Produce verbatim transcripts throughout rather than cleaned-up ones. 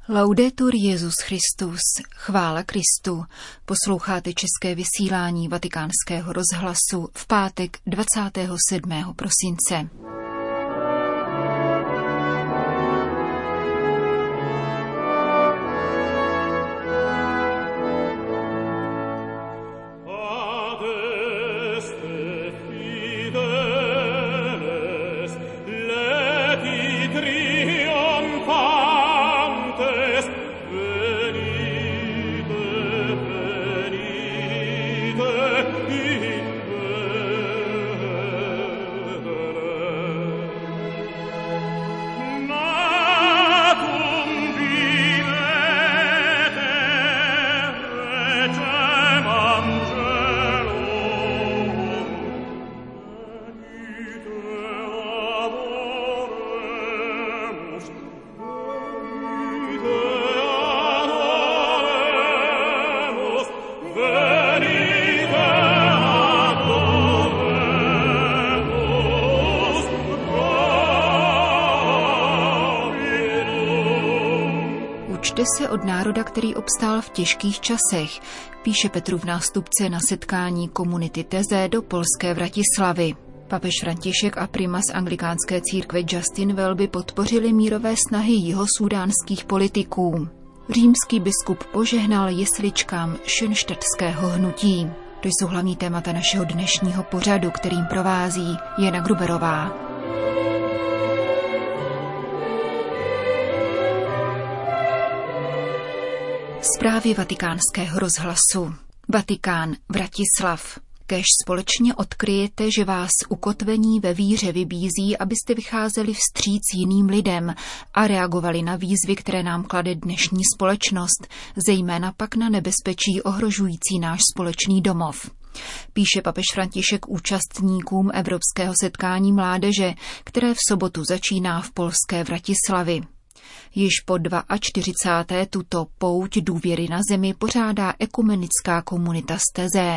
Laudetur Jesus Christus, chvála Kristu. Posloucháte české vysílání Vatikánského rozhlasu v pátek dvacátého sedmého prosince. Učte se od národa, který obstál v těžkých časech, píše Petrův nástupce na setkání komunity Teze do polské Vratislavy. Papež František a primas anglikánské církve Justin Welby podpořili mírové snahy jihosúdánských politiků. Římský biskup požehnal jesličkám šönštatského hnutí. To jsou hlavní témata našeho dnešního pořadu, kterým provází Jana Gruberová. Zprávy Vatikánského rozhlasu. Vatikán, Vratislav. Kéž společně odkryjete, že vás ukotvení ve víře vybízí, abyste vycházeli vstříc jiným lidem a reagovali na výzvy, které nám klade dnešní společnost, zejména pak na nebezpečí ohrožující náš společný domov. Píše papež František účastníkům Evropského setkání mládeže, které v sobotu začíná v polské Vratislavi. Již po čtyřicáté druhé tuto pouť důvěry na zemi pořádá ekumenická komunita z Teze.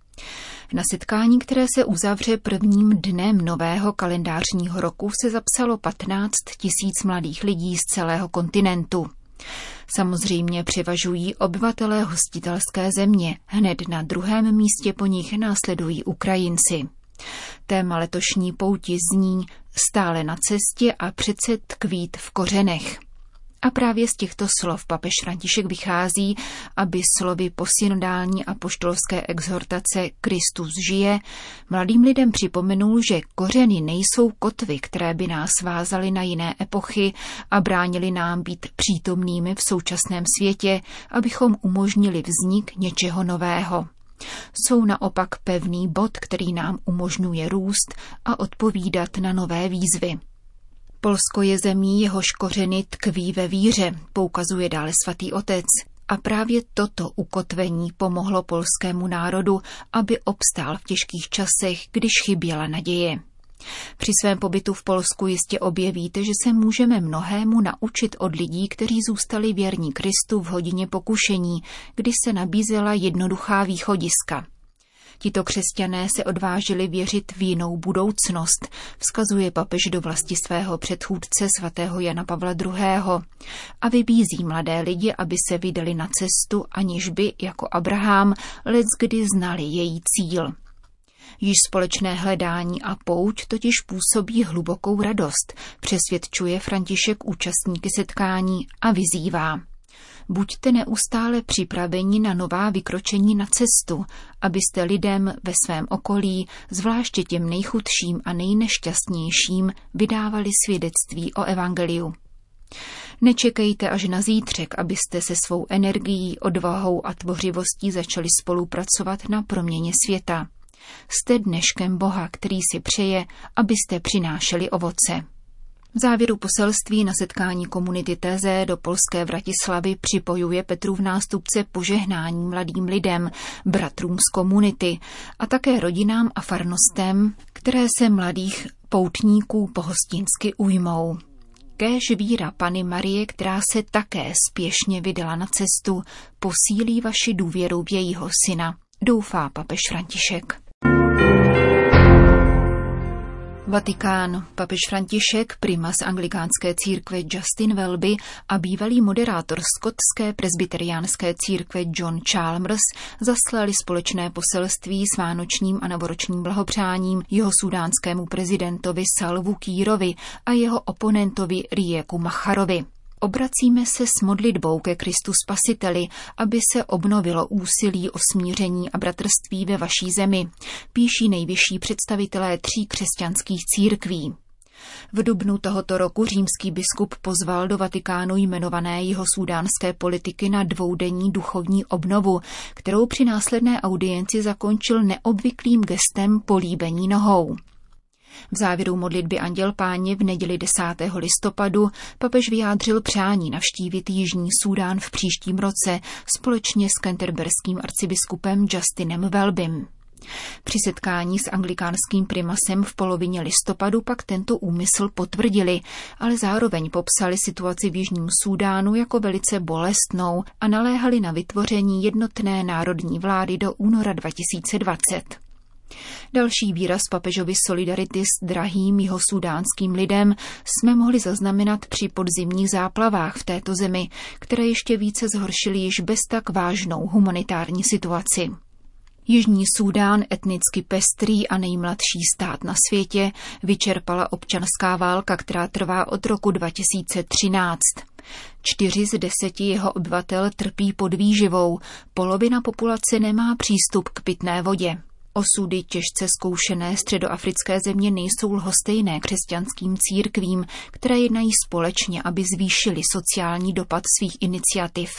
Na setkání, které se uzavře prvním dnem nového kalendářního roku, se zapsalo patnáct tisíc mladých lidí z celého kontinentu. Samozřejmě převažují obyvatelé hostitelské země, hned na druhém místě po nich následují Ukrajinci. Téma letošní pouti zní stále na cestě a přece tkvít v kořenech. A právě z těchto slov papež František vychází, aby slovy posynodální apoštolské exhortace Kristus žije mladým lidem připomenul, že kořeny nejsou kotvy, které by nás vázaly na jiné epochy a bránily nám být přítomnými v současném světě, abychom umožnili vznik něčeho nového. Jsou naopak pevný bod, který nám umožňuje růst a odpovídat na nové výzvy. Polsko je zemí, jehož kořeny tkví ve víře, poukazuje dále svatý otec. A právě toto ukotvení pomohlo polskému národu, aby obstál v těžkých časech, když chyběla naděje. Při svém pobytu v Polsku jistě objevíte, že se můžeme mnohému naučit od lidí, kteří zůstali věrní Kristu v hodině pokušení, kdy se nabízela jednoduchá východiska. Tito křesťané se odvážili věřit v jinou budoucnost, vzkazuje papež do vlasti svého předchůdce svatého Jana Pavla druhého. A vybízí mladé lidi, aby se vydali na cestu, aniž by, jako Abraham, leckdy znali její cíl. Již společné hledání a pouť totiž působí hlubokou radost, přesvědčuje František účastníky setkání a vyzývá. Buďte neustále připraveni na nová vykročení na cestu, abyste lidem ve svém okolí, zvláště těm nejchudším a nejnešťastnějším, vydávali svědectví o evangeliu. Nečekejte až na zítřek, abyste se svou energií, odvahou a tvořivostí začali spolupracovat na proměně světa. Jste dneškem Boha, který si přeje, abyste přinášeli ovoce. V závěru poselství na setkání komunity Teze do polské Vratislavy připojuje Petrův nástupce požehnání mladým lidem, bratrům z komunity a také rodinám a farnostem, které se mladých poutníků pohostinsky ujmou. Kéž víra Panny Marie, která se také spěšně vydala na cestu, posílí vaši důvěru v jejího syna, doufá papež František. Vatikán. Papež František, primas anglikánské církve Justin Welby a bývalý moderátor skotské presbyteriánské církve John Chalmers zaslali společné poselství s vánočním a novoročním blahopřáním jeho súdánskému prezidentovi Salvu Kírovi a jeho oponentovi Rieku Macharovi. Obracíme se s modlitbou ke Kristu Spasiteli, aby se obnovilo úsilí o smíření a bratrství ve vaší zemi, píší nejvyšší představitelé tří křesťanských církví. V dubnu tohoto roku římský biskup pozval do Vatikánu jmenované jihosúdánské politiky na dvoudenní duchovní obnovu, kterou při následné audienci zakončil neobvyklým gestem políbení nohou. V závěru modlitby Anděl Páně v neděli desátého listopadu papež vyjádřil přání navštívit Jižní Súdán v příštím roce společně s canterberským arcibiskupem Justinem Welbym. Při setkání s anglikánským primasem v polovině listopadu pak tento úmysl potvrdili, ale zároveň popsali situaci v Jižním Súdánu jako velice bolestnou a naléhali na vytvoření jednotné národní vlády do února dva tisíce dvacet. Další výraz papežovy solidarity s drahým jihosúdánským lidem jsme mohli zaznamenat při podzimních záplavách v této zemi, které ještě více zhoršily již bez tak vážnou humanitární situaci. Jižní Súdán, etnicky pestrý a nejmladší stát na světě, vyčerpala občanská válka, která trvá od roku dva tisíce třináct. Čtyři z deseti jeho obyvatel trpí podvýživou, polovina populace nemá přístup k pitné vodě. Osudy těžce zkoušené středoafrické země nejsou lhostejné křesťanským církvím, které jednají společně, aby zvýšili sociální dopad svých iniciativ.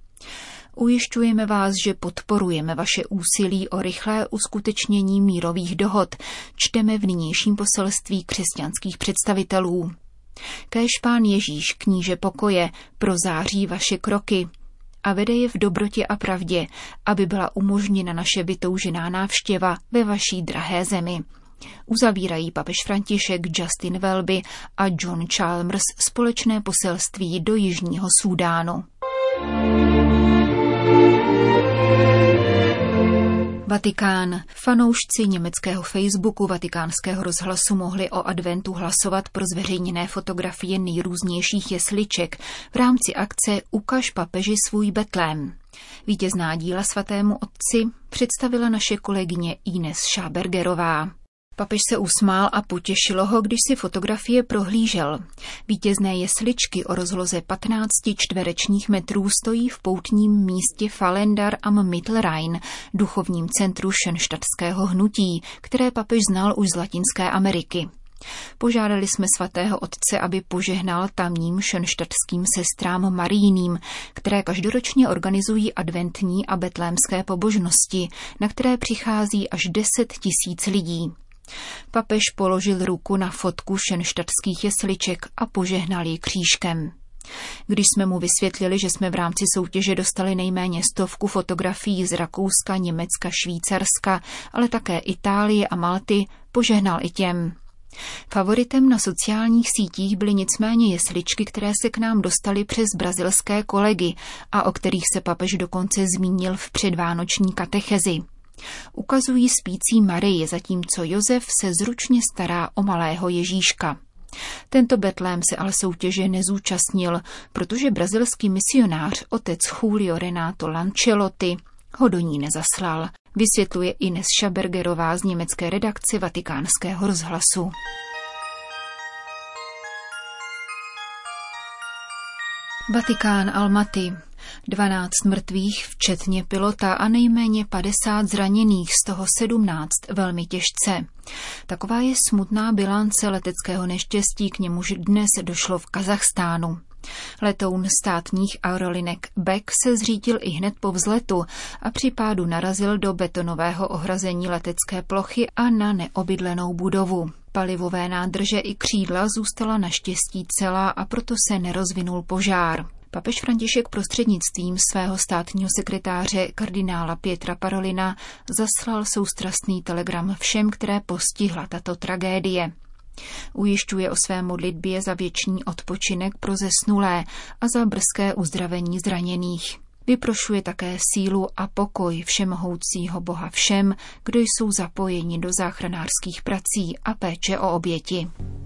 Ujišťujeme vás, že podporujeme vaše úsilí o rychlé uskutečnění mírových dohod, čteme v nynějším poselství křesťanských představitelů. Kéž Pán Ježíš, kníže pokoje, prozáří vaše kroky a vede je v dobrotě a pravdě, aby byla umožněna naše vytoužená návštěva ve vaší drahé zemi. Uzavírají papež František, Justin Welby a John Chalmers společné poselství do Jižního Súdánu. Vatikán. Fanoušci německého Facebooku Vatikánského rozhlasu mohli o adventu hlasovat pro zveřejněné fotografie nejrůznějších jesliček v rámci akce Ukaž papeži svůj Betlém. Vítězná díla svatému otci představila naše kolegyně Ines Schabergerová. Papež se usmál a potěšilo ho, když si fotografie prohlížel. Vítězné jesličky o rozloze patnáct čtverečních metrů stojí v poutním místě Fallendar am Mittelrhein, duchovním centru šenštadtského hnutí, které papež znal už z Latinské Ameriky. Požádali jsme svatého otce, aby požehnal tamním šenštadtským sestrám Marijným, které každoročně organizují adventní a betlémské pobožnosti, na které přichází až deset tisíc lidí. Papež položil ruku na fotku šenštadtských jesliček a požehnal ji křížkem. Když jsme mu vysvětlili, že jsme v rámci soutěže dostali nejméně stovku fotografií z Rakouska, Německa, Švýcarska, ale také Itálie a Malty, požehnal i těm. Favoritem na sociálních sítích byly nicméně jesličky, které se k nám dostaly přes brazilské kolegy a o kterých se papež dokonce zmínil v předvánoční katechezi. Ukazují spící Marii, zatímco Josef se zručně stará o malého Ježíška. Tento Betlém se ale soutěže nezúčastnil, protože brazilský misionář otec Julio Renato Lancelotti ho do ní nezaslal, vysvětluje Ines Schabergerová z německé redakce Vatikánského rozhlasu. Vatikán Almaty. dvanáct mrtvých, včetně pilota a nejméně padesát zraněných, z toho sedmnáct velmi těžce. Taková je smutná bilance leteckého neštěstí, k němuž dnes došlo v Kazachstánu. Letoun státních aerolinek Beck se zřítil i hned po vzletu a při pádu narazil do betonového ohrazení letecké plochy a na neobydlenou budovu. Palivové nádrže i křídla zůstala naštěstí celá a proto se nerozvinul požár. Papež František prostřednictvím svého státního sekretáře kardinála Pietra Parolina zaslal soustrastný telegram všem, které postihla tato tragédie. Ujišťuje o své modlitbě za věčný odpočinek pro zesnulé a za brzké uzdravení zraněných. Vyprošuje také sílu a pokoj všemohoucího Boha všem, kdo jsou zapojeni do záchranářských prací a péče o oběti.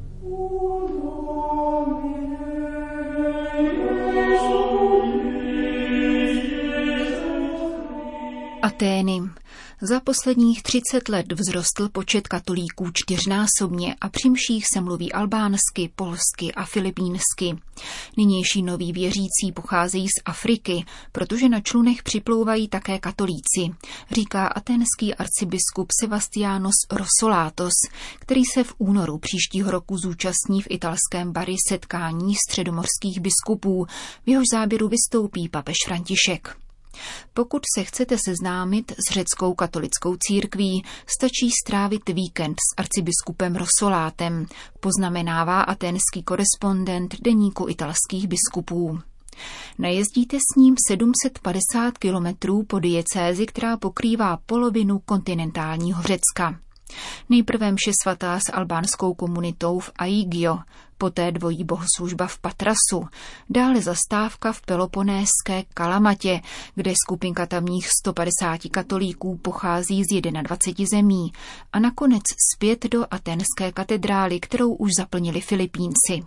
Atény. Za posledních třicet let vzrostl počet katolíků čtyřnásobně a při mších se mluví albánsky, polsky a filipínsky. Nynější noví věřící pocházejí z Afriky, protože na člunech připlouvají také katolíci, říká aténský arcibiskup Sebastianos Rosolatos, který se v únoru příštího roku zúčastní v italském Bari setkání středomorských biskupů, v jehož záběru vystoupí papež František. Pokud se chcete seznámit s řeckou katolickou církví, stačí strávit víkend s arcibiskupem Rosolátem, poznamenává aténský korespondent deníku italských biskupů. Najezdíte s ním sedm set padesát kilometrů po diecézi, která pokrývá polovinu kontinentálního Řecka. Nejprve mše svatá s albánskou komunitou v Aigio, poté dvojí bohoslužba v Patrasu, dále zastávka v Peloponéské Kalamatě, kde skupinka tamních sto padesáti katolíků pochází z dvaceti jedna zemí, a nakonec zpět do aténské katedrály, kterou už zaplnili Filipínci.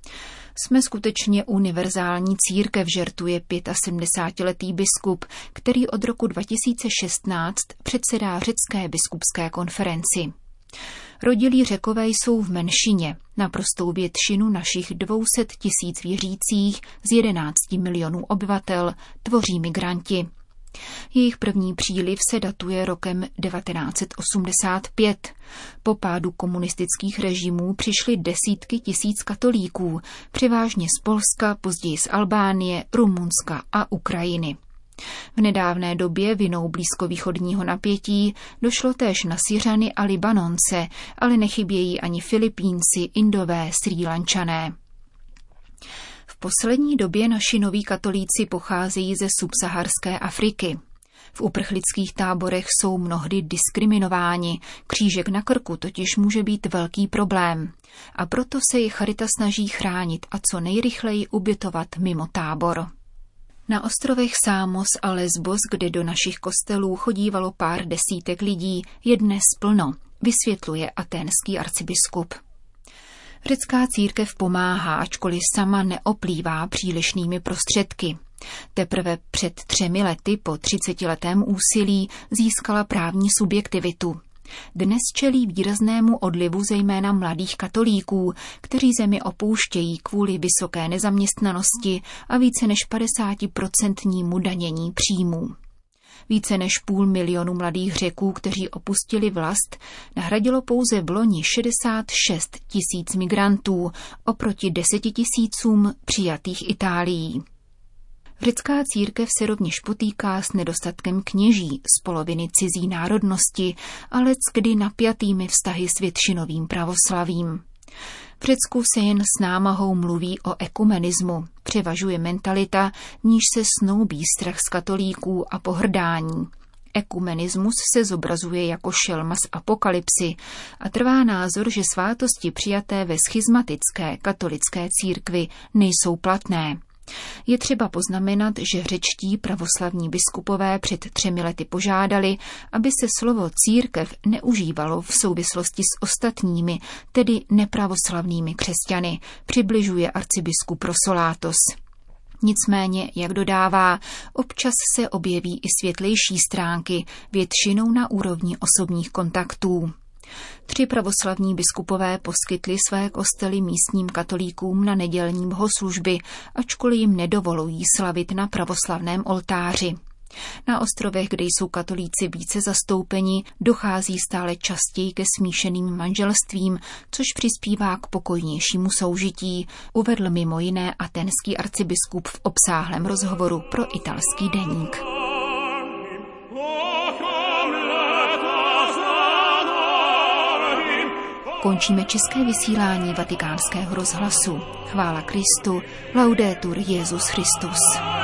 Jsme skutečně univerzální církev, žertuje sedmdesátipětiletý biskup, který od roku dva tisíce šestnáct předsedá řecké biskupské konferenci. Rodilí Řekové jsou v menšině, naprostou většinu našich dvě stě tisíc věřících z jedenácti milionů obyvatel tvoří migranti. Jejich první příliv se datuje rokem devatenáct set osmdesát pět. Po pádu komunistických režimů přišly desítky tisíc katolíků, převážně z Polska, později z Albánie, Rumunska a Ukrajiny. V nedávné době vinou blízkovýchodního napětí došlo též na Syřany a Libanonce, ale nechybějí ani Filipínci, Indové, Srí Lančané. V poslední době naši noví katolíci pocházejí ze subsaharské Afriky. V uprchlických táborech jsou mnohdy diskriminováni, křížek na krku totiž může být velký problém. A proto se je charita snaží chránit a co nejrychleji ubytovat mimo tábor. Na ostrovech Sámos a Lesbos, kde do našich kostelů chodívalo pár desítek lidí, je dnes plno, vysvětluje aténský arcibiskup. Řecká církev pomáhá, ačkoliv sama neoplývá přílišnými prostředky. Teprve před třemi lety po třicetiletém úsilí získala právní subjektivitu. Dnes čelí výraznému odlivu zejména mladých katolíků, kteří zemi opouštějí kvůli vysoké nezaměstnanosti a více než padesátiprocentnímu danění příjmů. Více než půl milionu mladých Řeků, kteří opustili vlast, nahradilo pouze v loni šedesát šest tisíc migrantů oproti deseti tisícům přijatých Itálií. Řecká církev se rovněž potýká s nedostatkem kněží z poloviny cizí národnosti, ale kdy napjatými vztahy s většinovým pravoslavím. V Řecku se jen s námahou mluví o ekumenismu. Převažuje mentalita, v níž se snoubí strach z katolíků a pohrdání. Ekumenismus se zobrazuje jako šelma z apokalypsy a trvá názor, že svátosti přijaté ve schizmatické katolické církvi nejsou platné. Je třeba poznamenat, že řečtí pravoslavní biskupové před třemi lety požádali, aby se slovo církev neužívalo v souvislosti s ostatními, tedy nepravoslavnými křesťany, přibližuje arcibiskup Rosolátos. Nicméně, jak dodává, občas se objeví i světlejší stránky, většinou na úrovni osobních kontaktů. Tři pravoslavní biskupové poskytli své kostely místním katolíkům na nedělní bohoslužby, ačkoliv jim nedovolují slavit na pravoslavném oltáři. Na ostrovech, kde jsou katolíci více zastoupeni, dochází stále častěji ke smíšeným manželstvím, což přispívá k pokojnějšímu soužití, uvedl mimo jiné aténský arcibiskup v obsáhlém rozhovoru pro italský deník. Končíme české vysílání Vatikánského rozhlasu. Chvála Kristu, laudetur Jesus Christus.